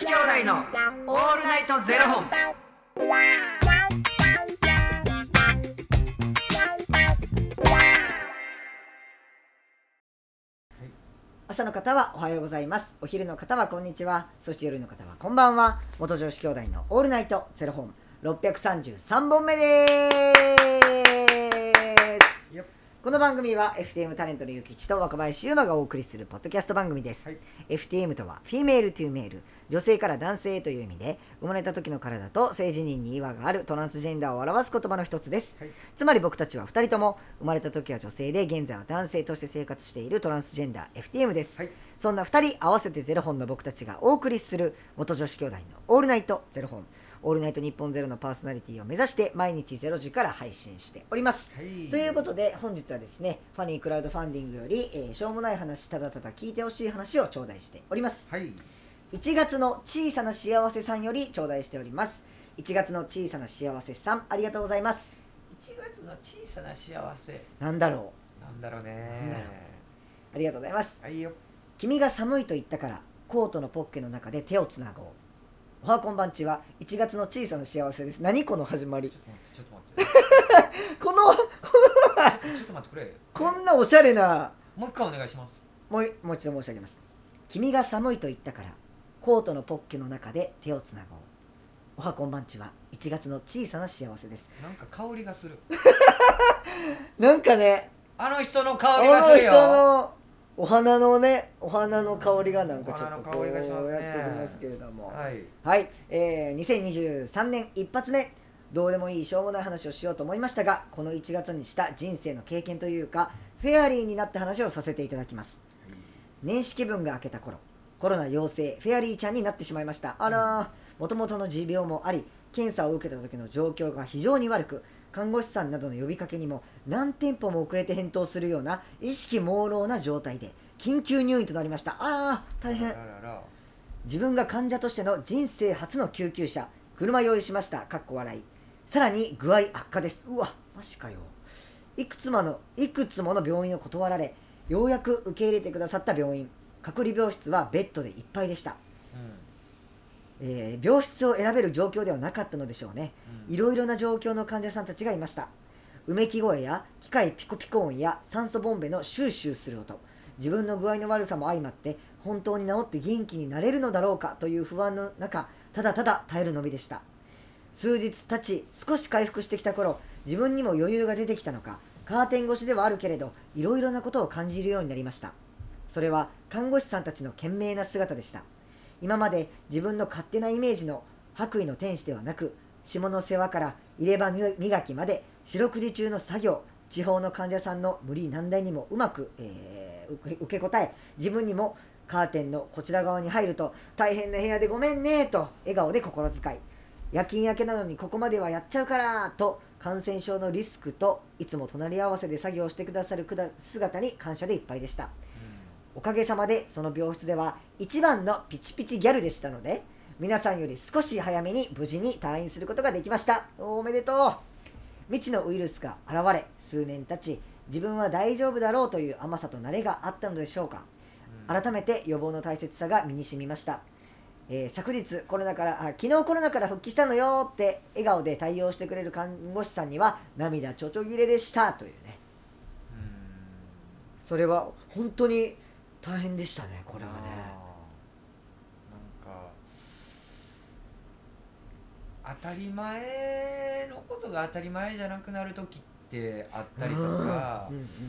子兄弟のオールナイトゼロ本。 朝の方はおはようございます。お昼の方はこんにちは。そして夜の方はこんばんは。元女子兄弟のオールナイトゼロ本633本目です。この番組は FTM タレントのゆきちと若林優馬がお送りするポッドキャスト番組です、FTM とはフィメールトゥーメール、女性から男性へという意味で、生まれた時の体と性自認に違和があるトランスジェンダーを表す言葉の一つです、つまり僕たちは2人とも生まれた時は女性で現在は男性として生活しているトランスジェンダー FTM です、そんな2人合わせてゼロ本の僕たちがお送りする元女子兄弟のオールナイトゼロ本、オールナイト日本ゼロのパーソナリティを目指して毎日0時から配信しております、ということで本日はですね、ファニークラウドファンディングより、しょうもない話、ただただ聞いてほしい話を頂戴しております、1月の小さな幸せさんより頂戴しております。1月の小さな幸せさん、ありがとうございます。 1月の小さな幸せ、 なんだろうね。 ありがとうございます。 はいよ。 君が寒いと言ったからコートのポッケの中で手をつなごう。おはこんばんちは。1月の小さな幸せです。何この始まり。 ちょっと待ってこのちょっと待ってくれ。 こんなおしゃれな。 もう一回お願いします。 もう一度申し上げます。君が寒いと言ったからコートのポッケの中で手をつなごう。おはこんばんちは。1月の小さな幸せです。 なんか香りがする。 なんかね、 あの人の香りがするよ。 あの人のお花のね、お花の香りがなんかちょっとこうやってきますけれども、はい、2023年一発目、どうでもいいしょうもない話をしようと思いましたが、この1月にした人生の経験というかフェアリーになった話をさせていただきます。年始気分が明けた頃、コロナ陽性フェアリーちゃんになってしまいました。あら、もともとの持病もあり、検査を受けた時の状況が非常に悪く、看護師さんなどの呼びかけにも何店舗も遅れて返答するような意識朦朧な状態で緊急入院となりました。あら、大変。自分が患者としての人生初の救急車、車用意しました。かっこ笑い。さらに具合悪化です。うわ、マジかよ。いくつもの病院を断られ、ようやく受け入れてくださった病院、隔離病室はベッドでいっぱいでした、病室を選べる状況ではなかったのでしょうね。いろいろな状況の患者さんたちがいました。うめき声や機械ピコピコ音や酸素ボンベのシューシューする音、自分の具合の悪さも相まって本当に治って元気になれるのだろうかという不安の中、ただただ耐えるのみでした。数日経ち、少し回復してきた頃、自分にも余裕が出てきたのか、カーテン越しではあるけれどいろいろなことを感じるようになりました。それは看護師さんたちの懸命な姿でした。今まで自分の勝手なイメージの白衣の天使ではなく、下の世話から入れ歯磨きまで四六時中の作業、地方の患者さんの無理難題にもうまく、受け答え、自分にもカーテンのこちら側に入ると大変な部屋でごめんねと笑顔で心遣い、夜勤明けなのにここまではやっちゃうからと感染症のリスクといつも隣り合わせで作業してくださる姿に感謝でいっぱいでした。おかげさまでその病室では一番のピチピチギャルでしたので、皆さんより少し早めに無事に退院することができました。おめでとう。未知のウイルスが現れ数年経ち、自分は大丈夫だろうという甘さと慣れがあったのでしょうか。改めて予防の大切さが身に染みました。昨日昨日コロナから復帰したのよって笑顔で対応してくれる看護師さんには涙ちょちょぎれでしたというね。それは本当に大変でしたね、これはね。 なんか当たり前のことが当たり前じゃなくなる時ってあったりとか、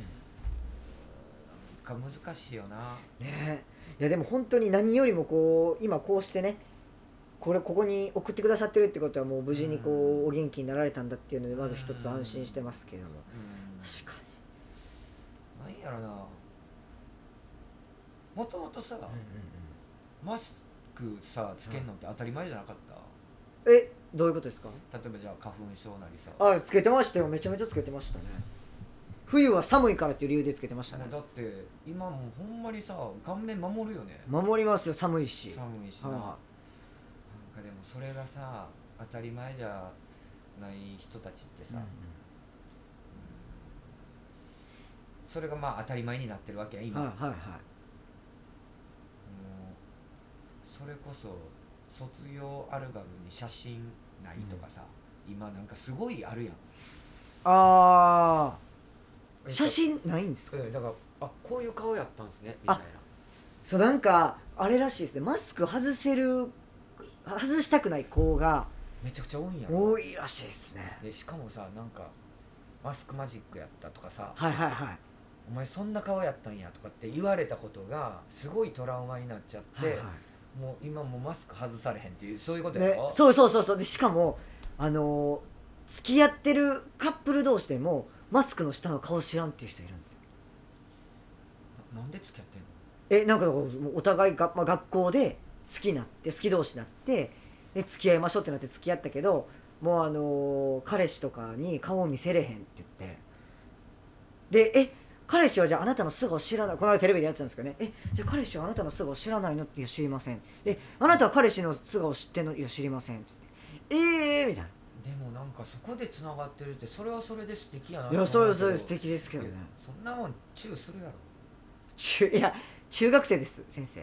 なんか難しいよな。 ねえ、いやでも本当に何よりもこう今こうしてね、ここに送ってくださってるってことはもう無事にこうお元気になられたんだっていうのでまず一つ安心してますけども、確かになんやろな、もともとさ、マスクさつけんのって当たり前じゃなかった？ どういうことですか？ 例えばじゃあ花粉症なりさ。 つけてましたよ。めちゃめちゃつけてましたね。冬は寒いからっていう理由でつけてましたね。 だって今もうほんまにさ、顔面守るよね。 守りますよ、寒いしな、なんかでもそれがさ当たり前じゃない人たちってさ、それがまあ当たり前になってるわけや今。それこそ卒業アルバムに写真ないとかさ、今なんかすごいあるやん。 ああ、写真ないんですか？ だからこういう顔やったんですねみたいな。 そうなんかあれらしいですね。マスク外したくない子がめちゃくちゃ多いんや多いらしいですね。 でしかもさ、なんかマスクマジックやったとかさ、 はいはいはい。 お前そんな顔やったんやとかって言われたことがすごいトラウマになっちゃって、 はいはいもう今もうマスク外されへんっていう、そういうことやねろ。 そうそうそうそう。でしかも付き合ってるカップル同士でもマスクの下の顔知らんっていう人いるんですよ。 なんで付き合ってんの。 なんかもうお互いが、学校で好き同士になってで付き合いましょうってなって付き合ったけど、もう彼氏とかに顔を見せれへんって言って、で彼氏はじゃああなたの素顔知らない、この間テレビでやってたんですけどね、じゃあ彼氏はあなたの素顔知らないのって、いや知りません、であなたは彼氏の素顔知ってんの、いや知りませんって言ってみたいな。 でもなんかそこでつながってるってそれはそれで素敵やな。 いやそうです素敵ですけどね。 そんなもんチューするやろ。 いや中学生です先生。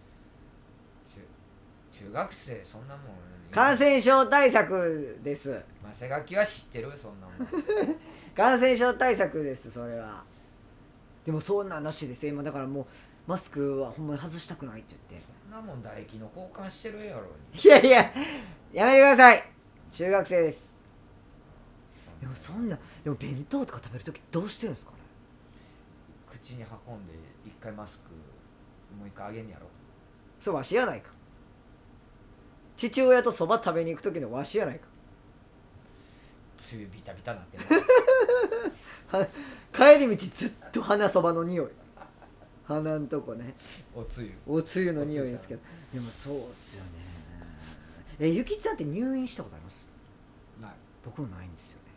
中学生そんなもん感染症対策です。 マセガキは知ってるそんなもん感染症対策ですそれは。でもそんなんらしいですよ今。だからもうマスクはほんまに外したくないって言って。 そんなもん唾液の交換してるやろに。 いやいややめてください、中学生です。でもそんな、でも弁当とか食べるときどうしてるんですかね。 口に運んで一回マスクもう一回あげんやろ。 そうわしやないか。父親とそば食べに行く時のわしやないか。 つゆビタビタなってる帰り道ずっと鼻そばの匂い、鼻んとこね、おつゆの匂いですけど。でもそうっすよね。ゆきつさんって入院したことあります？ ない。 僕もないんですよね。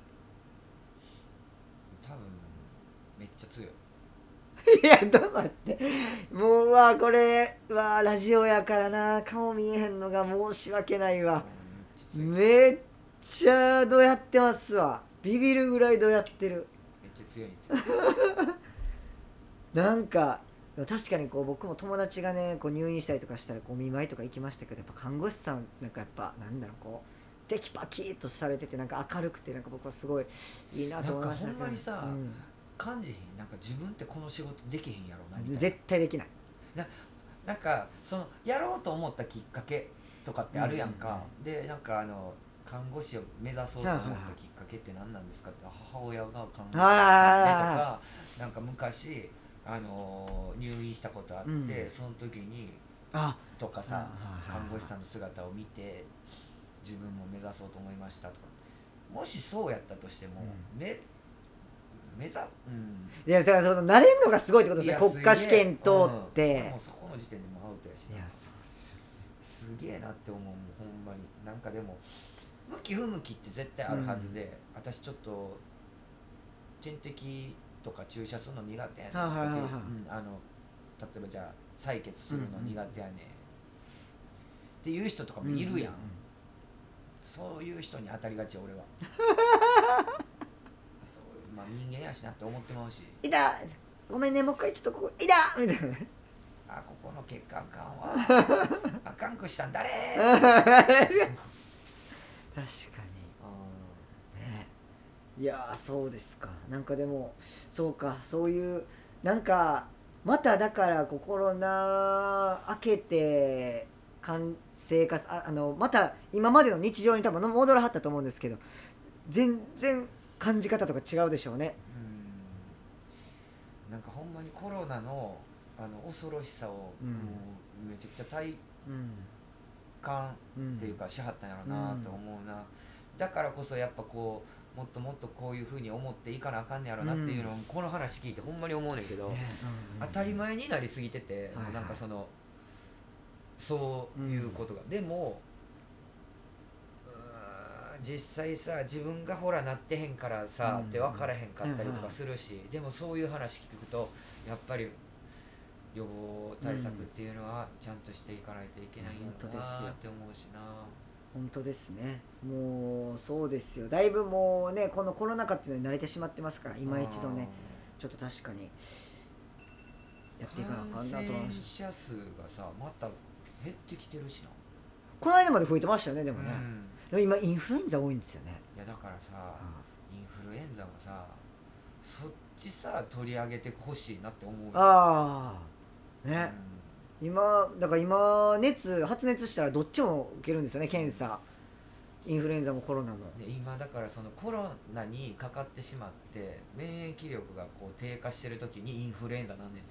多分めっちゃ強いいやどう待って、もうこれラジオやからな、顔見えへんのが申し訳ないわ。めっちゃどうやってますわ。ビビるぐらいどうやってる。 めっちゃ強いんですよなんか確かに僕も友達がね入院したりとかしたらお見舞いとか行きましたけど、やっぱ看護師さんなんかやっぱなんだろうテキパキッとされてて、なんか明るくて、なんか僕はすごいいいなと思いました。 なんかほんまにさ、感じへん、なんか自分ってこの仕事できへんやろなみたいな。 絶対できない。 なんかそのやろうと思ったきっかけとかってあるやんか、でなんか看護師を目指そうと思ったきっかけって何なんですかって、母親が看護師だったんでとか、なんか昔入院したことあって、その時にとかさ、看護師さんの姿を見て自分も目指そうと思いましたとか、もしそうやったとしても、 いやだからその慣れんのがすごいってことですね。国家試験通って、 もうそこの時点でもアウトやし、すげえなって思う。もうほんまになんかでも向き不向きって絶対あるはずで、私ちょっと点滴とか注射するの苦手やねんとかって、例えばじゃあ採血するの苦手やねんっていう人とかもいるやん、そういう人に当たりがち俺はそう、まあ人間やしなって思ってまうし、 いたごめんねもう一回ちょっとここいたみたいなここの血管あかんわあかんくしたん誰確かにね。いやそうですか。なんかでもそうか、そういうなんかまただからコロナ明けて生活また今までの日常に多分戻らはったと思うんですけど、全然感じ方とか違うでしょうね。 なんかほんまにコロナの恐ろしさを、もうめちゃくちゃ体感っていうかしはったんやろなと思うな、だからこそやっぱもっともっとこういう風に思っていかなあかんねやろなっていうのを、この話聞いてほんまに思うねんけど、当たり前になりすぎてて、もうなんかそういうことが、でも実際さ自分がほらなってへんからさ、って分からへんかったりとかするし、でもそういう話聞くとやっぱり予防対策っていうのはちゃんとしていかないといけないんだなって思うしな。 本当ですね。もうそうですよ。だいぶもうねこのコロナ禍っていうのに慣れてしまってますから、今一度ねちょっと確かにやっていかなあかんなと思います。 感染者数がさまた減ってきてるしな。 この間まで増えてましたよねでもね、 うん、 でも今インフルエンザ多いんですよね。 いやだからさ、インフルエンザもさそっちさ取り上げてほしいなって思うよ。 ああね、 うん、 今だから今発熱したらどっちも受けるんですよね検査。インフルエンザもコロナも。 で今だからそのコロナにかかってしまって免疫力がこう低下してる時にインフルエンザなんねんって。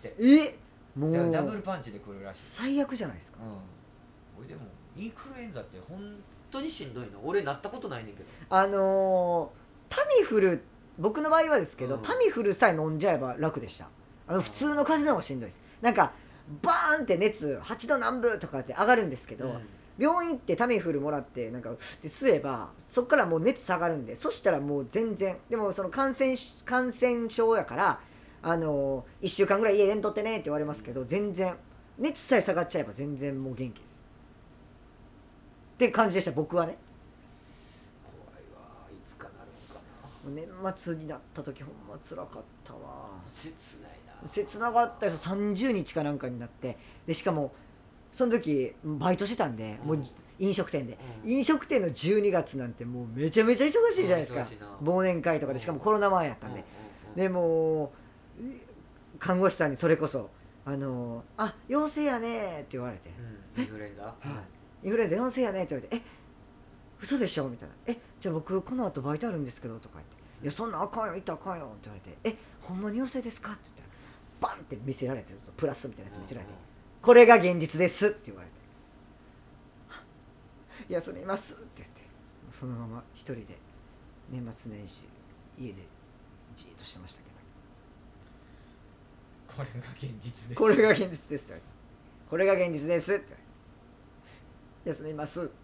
もだからダブうルパンチで来るらしい。 最悪じゃないですか。 うん。俺でもインフルエンザって本当にしんどいの。俺なったことないねんけど。 タミフル僕の場合はですけど、 うんタミフルさえ飲んじゃえば楽でした。普通の風邪の方がしんどいです。なんかバーンって熱8度何分とかって上がるんですけど、病院行ってタミフルもらってなんかで吸えばそこからもう熱下がるんで、そしたらもう全然。でもその感染症やから1週間ぐらい家でんとってねって言われますけど、全然熱さえ下がっちゃえば全然もう元気ですって感じでした僕はね。 怖いわ。いつかなるのかな。 年末になった時ほんま辛かったわ。 切ないな。 切なかったです。30日かなんかになって、でしかもその時バイトしてたんで、もう飲食店で、飲食店の12月なんてもうめちゃめちゃ忙しいじゃないですか、忘年会とかで。しかもコロナ前やったんで、でも看護師さんにそれこそ陽性やねって言われて、 インフルエンザ、 インフルエンザ陽性やねって言われて、嘘でしょみたいな。じゃあ僕この後バイトあるんですけどとか言って、いやそんなあかんよ行ったらあかんよって言われて、ほんまに陽性ですかって言ったらバンって見せられて、プラスみたいなやつ見せられて、これが現実ですって言われて、休みますって言って、そのまま一人で年末年始家でじーっとしてましたけど、 これが現実です。 これが現実ですって言われて、これが現実ですって言われて、休みますって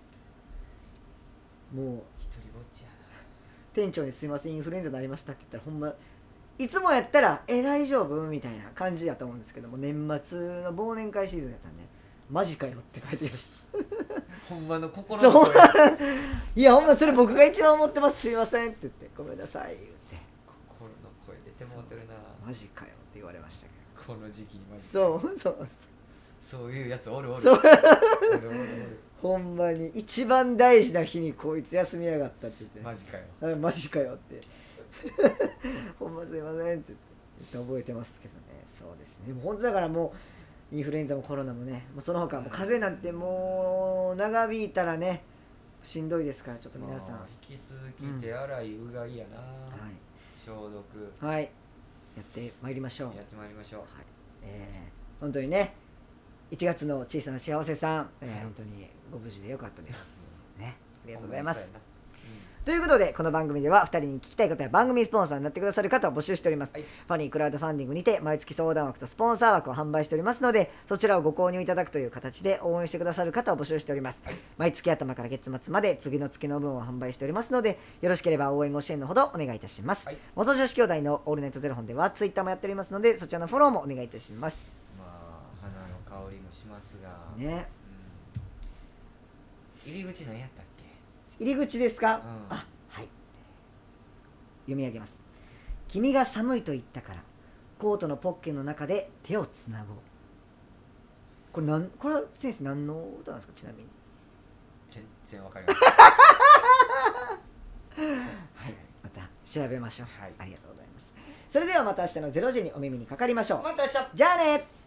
言って、もう一人ぼっちやな。 店長にすいませんインフルエンザになりましたって言ったら、ほんまいつもやったら大丈夫みたいな感じやと思うんですけども、年末の忘年会シーズンやったんで、マジかよって書いてましたほんまの心の声。 いやほんまそれ僕が一番思ってます、すいませんって言って、ごめんなさい言って、 心の声出てもうてるな。 マジかよって言われましたけこの時期にマジで。 そういうやつおるおる。 そうおるおるほんまに一番大事な日にこいつ休みやがったって言って、 マジかよ。 マジかよってほんますいませんって言って覚えてますけどね。そうですね。でも本当だからもうインフルエンザもコロナもね、もうその他も風邪なんてもう長引いたらねしんどいですから、ちょっと皆さん、 引き続き手洗いうがいやな、消毒、 はい、やってまいりましょう。 やってまいりましょう。 本当にね、1月の小さな幸せさん、本当にご無事でよかったですね。ありがとうございます。ということでこの番組では2人に聞きたいことや番組スポンサーになってくださる方を募集しております、ファニークラウドファンディングにて毎月相談枠とスポンサー枠を販売しておりますので、そちらをご購入いただくという形で応援してくださる方を募集しております、毎月頭から月末まで次の月の分を販売しておりますので、よろしければ応援ご支援のほどお願いいたします、元女子兄弟のオールナイトゼロ本ではツイッターもやっておりますので、そちらのフォローもお願いいたします。 花の香りもしますがね、 入り口何やったっけ。 入り口ですか、はい、読み上げます。君が寒いと言ったからコートのポッケの中で手をつなごう。これは先生何の歌なんですか、ちなみに。 全然わかりませんはい、また調べましょう、ありがとうございます。それではまた明日の0時にお耳にかかりましょう。 また明日。 じゃあね。